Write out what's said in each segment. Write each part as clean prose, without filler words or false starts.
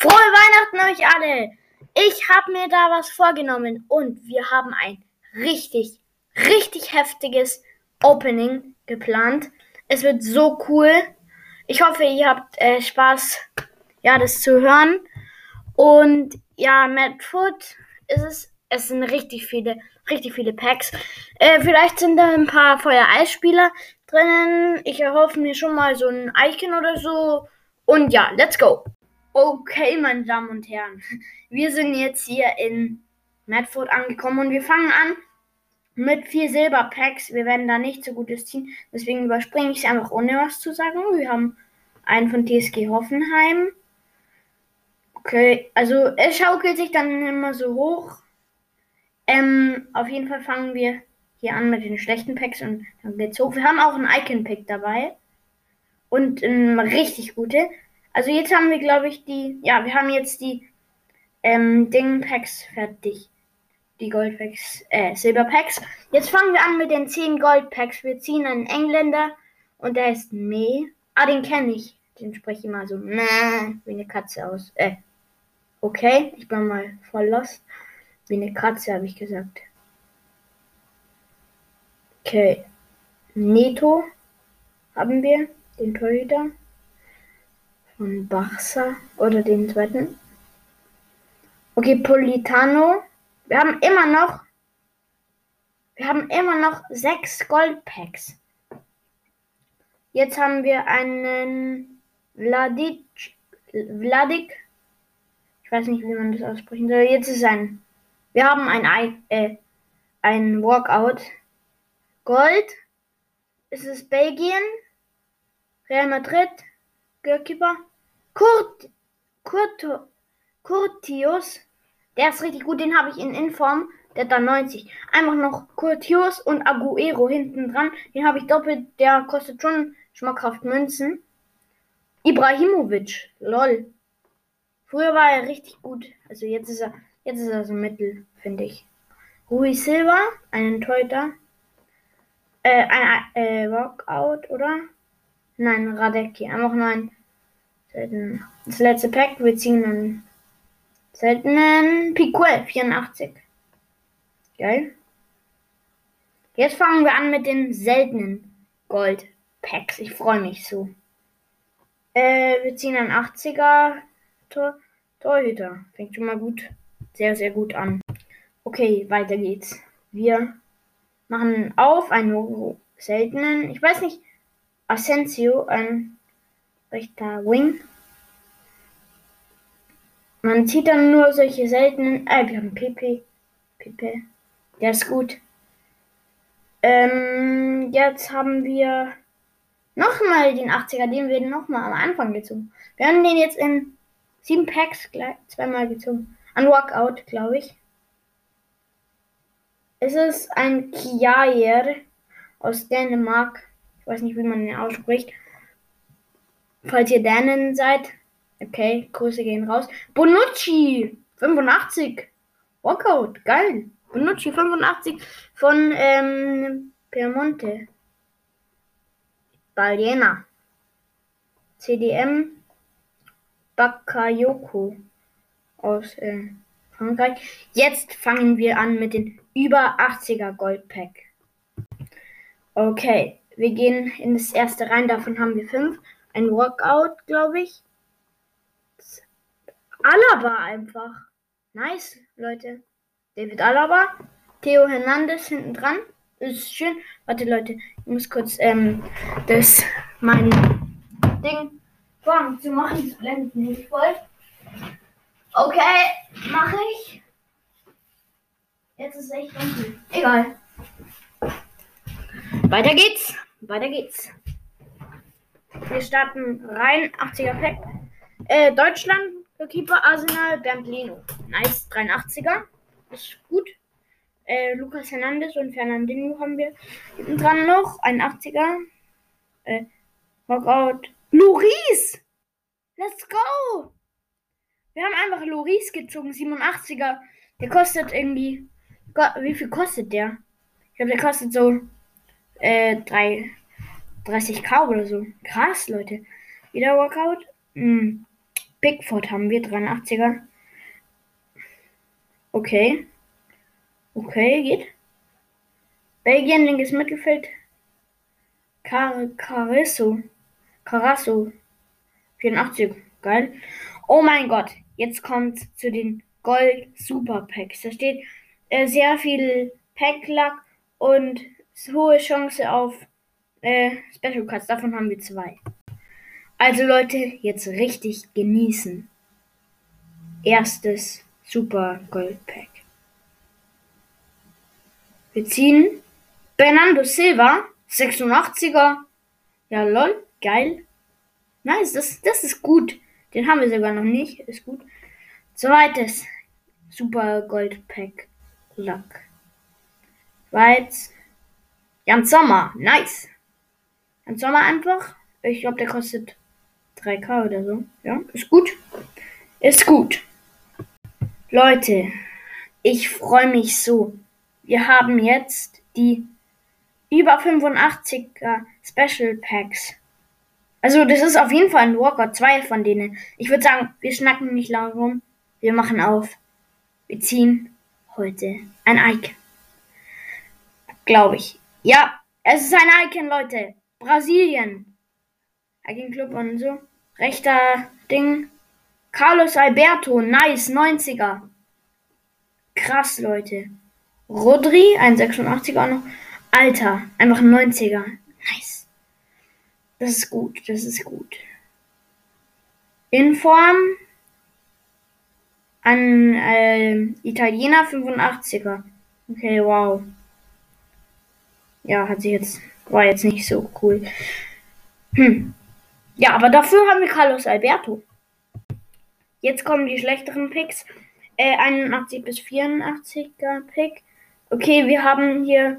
Frohe Weihnachten euch alle! Ich habe mir da was vorgenommen und wir haben ein richtig heftiges Opening geplant. Es wird so cool. Ich hoffe, ihr habt Spaß, ja, das zu hören. Und ja, Madfoot es sind richtig viele Packs. Vielleicht sind da ein paar Feuer-Eis-Spieler drinnen. Ich erhoffe mir schon mal so ein Icon oder so. Und ja, let's go! Okay, meine Damen und Herren, wir sind jetzt hier in Madfoot angekommen und wir fangen an mit 4 Silberpacks. Wir werden da nicht so gutes ziehen, deswegen überspringe ich es einfach ohne was zu sagen. Wir haben einen von TSG Hoffenheim. Okay, also es schaukelt sich dann immer so hoch. Auf jeden Fall fangen wir hier an mit den schlechten Packs und dann geht's hoch. Wir haben auch einen Icon-Pack dabei und richtig gute. Also jetzt haben wir, glaube ich, wir haben jetzt die Ding-Packs fertig. Die Gold-Packs, Silber-Packs. Jetzt fangen wir an mit den 10 Gold-Packs. Wir ziehen einen Engländer und der heißt Meh. Den kenne ich. Den spreche ich immer so wie eine Katze aus. Okay, ich bin mal voll lost. Wie eine Katze, habe ich gesagt. Okay. Neto haben wir, den Torhüter von Barca oder den zweiten. Okay, Politano. Wir haben immer noch 6 Goldpacks. Jetzt haben wir einen Vladik. Ich weiß nicht, wie man das aussprechen soll. Jetzt ist wir haben ein Walkout. Gold. Es ist Belgien. Real Madrid. Goalkeeper. Curtius. Der ist richtig gut, den habe ich in Inform. Der hat dann 90. Einfach noch Curtius und Aguero hinten dran. Den habe ich doppelt. Der kostet schon schmackhaft Münzen. Ibrahimovic. Lol. Früher war er richtig gut. Also jetzt ist er so mittel, finde ich. Rui Silva, einen Torhüter. Ein Walkout, oder? Nein, Radecki. Einfach nur ein selten. Das letzte Pack. Wir ziehen einen seltenen Piquet, 84. Geil. Jetzt fangen wir an mit den seltenen Gold-Packs. Ich freue mich so. Wir ziehen einen 80er Torhüter. Fängt schon mal gut, sehr gut an. Okay, weiter geht's. Wir machen auf einen seltenen, ich weiß nicht, Asensio, ein rechter Wing. Man zieht dann nur solche seltenen, wir haben Pepe, der ist gut. Jetzt haben wir nochmal den 80er, den wir nochmal am Anfang gezogen. Wir haben den jetzt in 7 Packs zweimal gezogen. An Walkout, glaube ich. Es ist ein Kjaer aus Dänemark. Ich weiß nicht, wie man den ausspricht. Falls ihr Dänen seid. Okay, Grüße gehen raus. Bonucci, 85. Walkout, geil. Bonucci, 85 von Piemonte. Baliena. CDM. Bakayoko aus Frankreich. Jetzt fangen wir an mit den über 80er Goldpack. Okay, wir gehen in das erste rein. Davon haben wir 5. Ein Walkout, glaube ich. Alaba einfach. Nice, Leute. David Alaba. Theo Hernandez hinten dran. Ist schön. Warte, Leute. Ich muss kurz mein Ding vorne zu machen. Das blendet nicht voll. Okay, mache ich. Jetzt ist es echt dunkel. Egal. Weiter geht's. Wir starten rein. 80er Pack. Deutschland. Keeper Arsenal, Bernd Leno. Nice, 83er. Ist gut. Lucas Hernandez und Fernandinho haben wir hinten dran noch. Ein 80er. Walkout. Loris! Let's go! Wir haben einfach Loris gezogen. 87er. Der kostet irgendwie. Wie viel kostet der? Ich glaube, der kostet so 30k oder so. Krass, Leute. Wieder Walkout. Pickford haben wir, 83er. Okay. Okay, geht. Belgien, linkes Mittelfeld. Carasso, 84. Geil. Oh mein Gott. Jetzt kommt zu den Gold Super Packs. Da steht sehr viel Packlack und hohe Chance auf Special Cards. Davon haben wir 2. Also Leute, jetzt richtig genießen. Erstes Super Gold Pack. Wir ziehen Bernardo Silva, 86er. Ja, lol, geil. Nice, das ist gut. Den haben wir sogar noch nicht. Ist gut. Zweites Super Gold Pack. Luck. Weiz. Jan Sommer. Nice. Jan Sommer einfach. Ich glaube, der kostet 3K oder so. Ja, ist gut. Ist gut. Leute, ich freue mich so. Wir haben jetzt die über 85er Special Packs. Also das ist auf jeden Fall ein Walker, 2 von denen. Ich würde sagen, wir schnacken nicht lange rum. Wir machen auf. Wir ziehen heute ein Icon. Glaube ich. Ja, es ist ein Icon, Leute. Brasilien. Icon Club und so. Rechter Ding. Carlos Alberto, nice, 90er. Krass, Leute. Rodri, ein 86er auch noch. Alter, einfach ein 90er. Nice. Das ist gut, das ist gut. Inform an Italiener 85er. Okay, wow. Ja, war jetzt nicht so cool. Ja, aber dafür haben wir Carlos Alberto. Jetzt kommen die schlechteren Picks. 81 bis 84er Pick. Okay, wir haben hier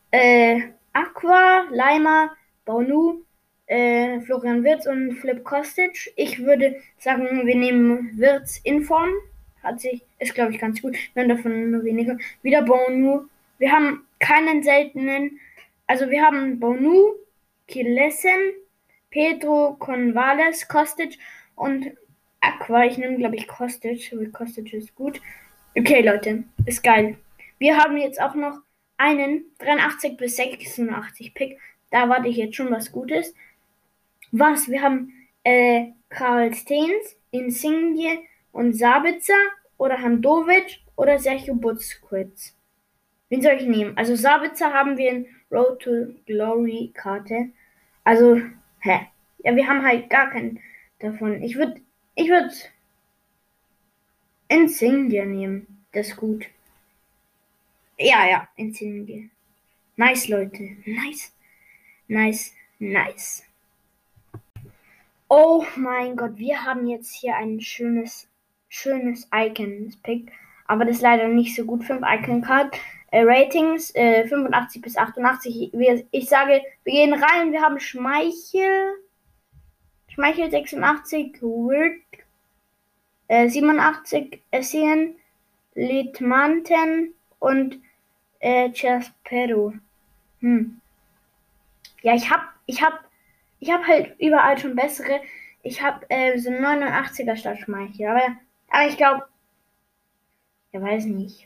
Aqua, Leimer, Baunu, Florian Wirtz und Flip Kostic. Ich würde sagen, wir nehmen Wirtz in Form. Ist glaube ich ganz gut. Wir haben davon nur weniger. Wieder Baunu. Wir haben keinen seltenen. Also wir haben Baunu, Kilesen, Pedro Convales, Kostic und Aqua. Ich nehme glaube ich Kostic. Kostic ist gut. Okay, Leute. Ist geil. Wir haben jetzt auch noch einen 83 bis 86 Pick. Da warte ich jetzt schon was Gutes. Wir haben Karl Steens, Insigne und Sabitzer oder Handovic oder Sergio Busquets. Wen soll ich nehmen? Also Sabitzer haben wir in Road to Glory Karte. Also, ja, wir haben halt gar keinen davon. Ich würde Insigne nehmen. Das ist gut. Ja, Insigne. Nice, Leute. Nice. Oh mein Gott, wir haben jetzt hier ein schönes Icon-Pick. Aber das ist leider nicht so gut. 5 Icon-Card. Ratings 85 bis 88. Ich sage, wir gehen rein. Wir haben Schmeichel 86, Wirt 87, Essien, Litmanten und Chaspero. Ja, ich hab halt überall schon bessere. Ich habe so 89er statt Schmeichel. Aber ich glaube, ja, weiß nicht.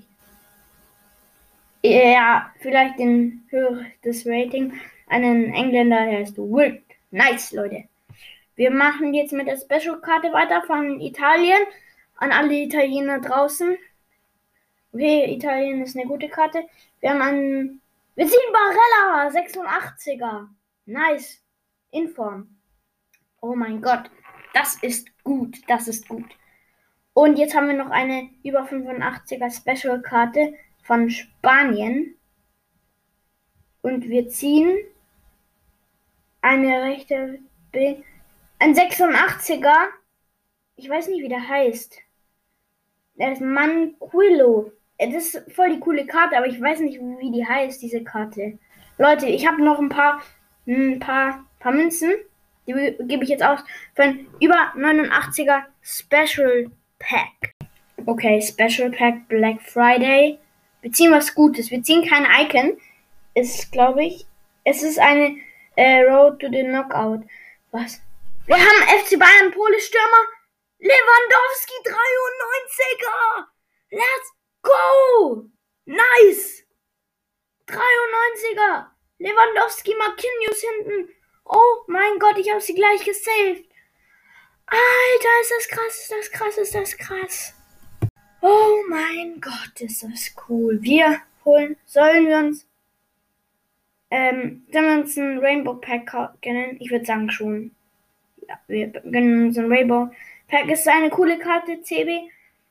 Ja, vielleicht den höheres Rating. Einen Engländer, der heißt Wirt. Nice, Leute. Wir machen jetzt mit der Special-Karte weiter von Italien. An alle Italiener draußen. Okay, Italien ist eine gute Karte. Wir ziehen Barella, 86er. Nice. Inform. Oh mein Gott. Das ist gut. Und jetzt haben wir noch eine über 85er Special-Karte von Spanien. Und wir ziehen eine rechte ein 86er. Ich weiß nicht, wie der heißt. Der ist Manquillo. Das ist voll die coole Karte, aber ich weiß nicht, wie die heißt, diese Karte. Leute, ich habe noch ein paar Münzen. Die gebe ich jetzt aus für ein über 89er Special Pack. Okay, Special Pack Black Friday. Wir ziehen was Gutes. Wir ziehen kein Icon. Glaube ich. Es ist eine Road to the Knockout. Was? Wir haben FC Bayern Pole Stürmer. Lewandowski 93er. Let's go. Nice. 93er. Lewandowski, Marquinhos hinten. Oh mein Gott, ich habe sie gleich gesaved. Alter, ist das krass, ist das krass, ist das krass. Oh mein Gott, ist das cool. Sollen wir uns ein Rainbow Pack gönnen? Ich würde sagen schon. Ja, wir gönnen uns ein Rainbow Pack. Ist eine coole Karte, CB.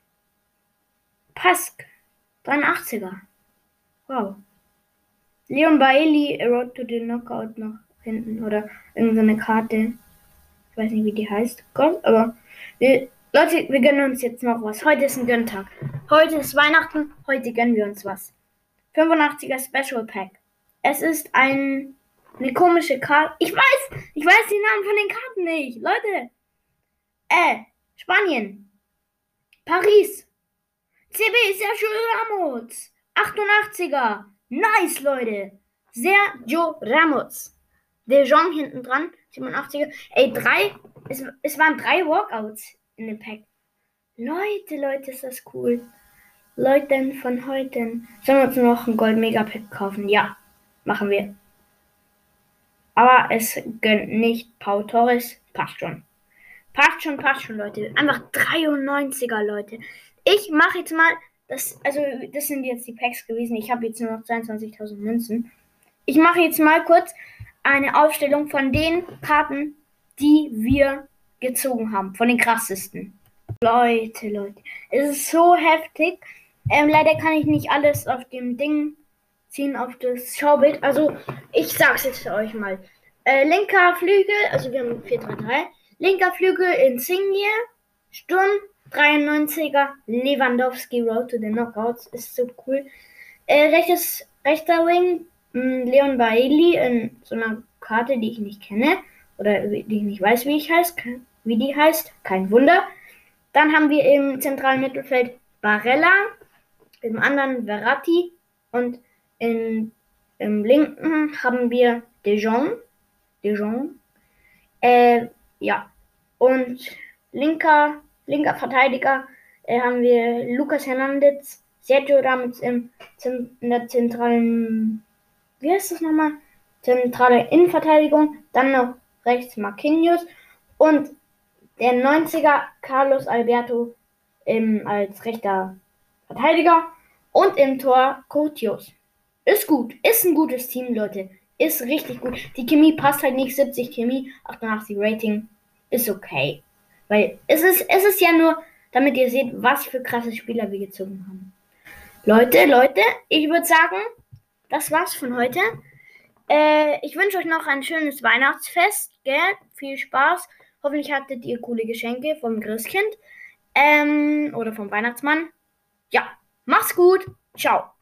Pask. 83er. Wow. Leon Bailey, Road to the Knockout noch hinten. Oder irgendeine Karte. Ich weiß nicht, wie die heißt. Kommt, aber Leute, wir gönnen uns jetzt noch was. Heute ist ein Gönntag. Heute ist Weihnachten. Heute gönnen wir uns was. 85er Special Pack. Es ist eine komische Karte. Ich weiß die Namen von den Karten nicht. Leute. Spanien. Paris. CB Sergio Ramos. 88er. Nice, Leute. Sergio Ramos. De Jong hinten dran. 87er. Es waren 3 Walkouts in dem Pack. Leute, ist das cool. Leute von heute. Sollen wir uns noch ein Gold Mega Pack kaufen? Ja, machen wir. Aber es gönnt nicht Pau Torres. Passt schon. Passt schon, Leute. Einfach 93er, Leute. Ich mache jetzt mal, das sind jetzt die Packs gewesen. Ich habe jetzt nur noch 22.000 Münzen. Ich mache jetzt mal kurz eine Aufstellung von den Karten, die wir gezogen haben. Von den krassesten. Leute. Es ist so heftig. Leider kann ich nicht alles auf dem Ding ziehen, auf das Schaubild. Also, ich sag's jetzt für euch mal. Linker Flügel, also wir haben 4-3-3. Linker Flügel Insigne, Sturm, 93er, Lewandowski, Road to the Knockouts, ist so cool. Rechter Wing, Leon Bailey in so einer Karte, die ich nicht kenne, oder die ich nicht weiß, wie die heißt, kein Wunder. Dann haben wir im zentralen Mittelfeld Barella, im anderen Verratti und im linken haben wir De Jong. Ja. Und linker Verteidiger haben wir Lucas Hernandez, Sergio Ramos in der zentralen, wie heißt das nochmal? Zentrale Innenverteidigung. Dann noch rechts Marquinhos und der 90er Carlos Alberto als rechter Verteidiger und im Tor Courtois. Ist gut, ist ein gutes Team, Leute. Ist richtig gut. Die Chemie passt halt nicht, 70 Chemie, 88 Rating. Ist okay. Weil es ist ja nur, damit ihr seht, was für krasse Spieler wir gezogen haben. Leute, ich würde sagen, das war's von heute. Ich wünsche euch noch ein schönes Weihnachtsfest, gell? Viel Spaß. Hoffentlich hattet ihr coole Geschenke vom Christkind. Oder vom Weihnachtsmann. Ja, macht's gut. Ciao.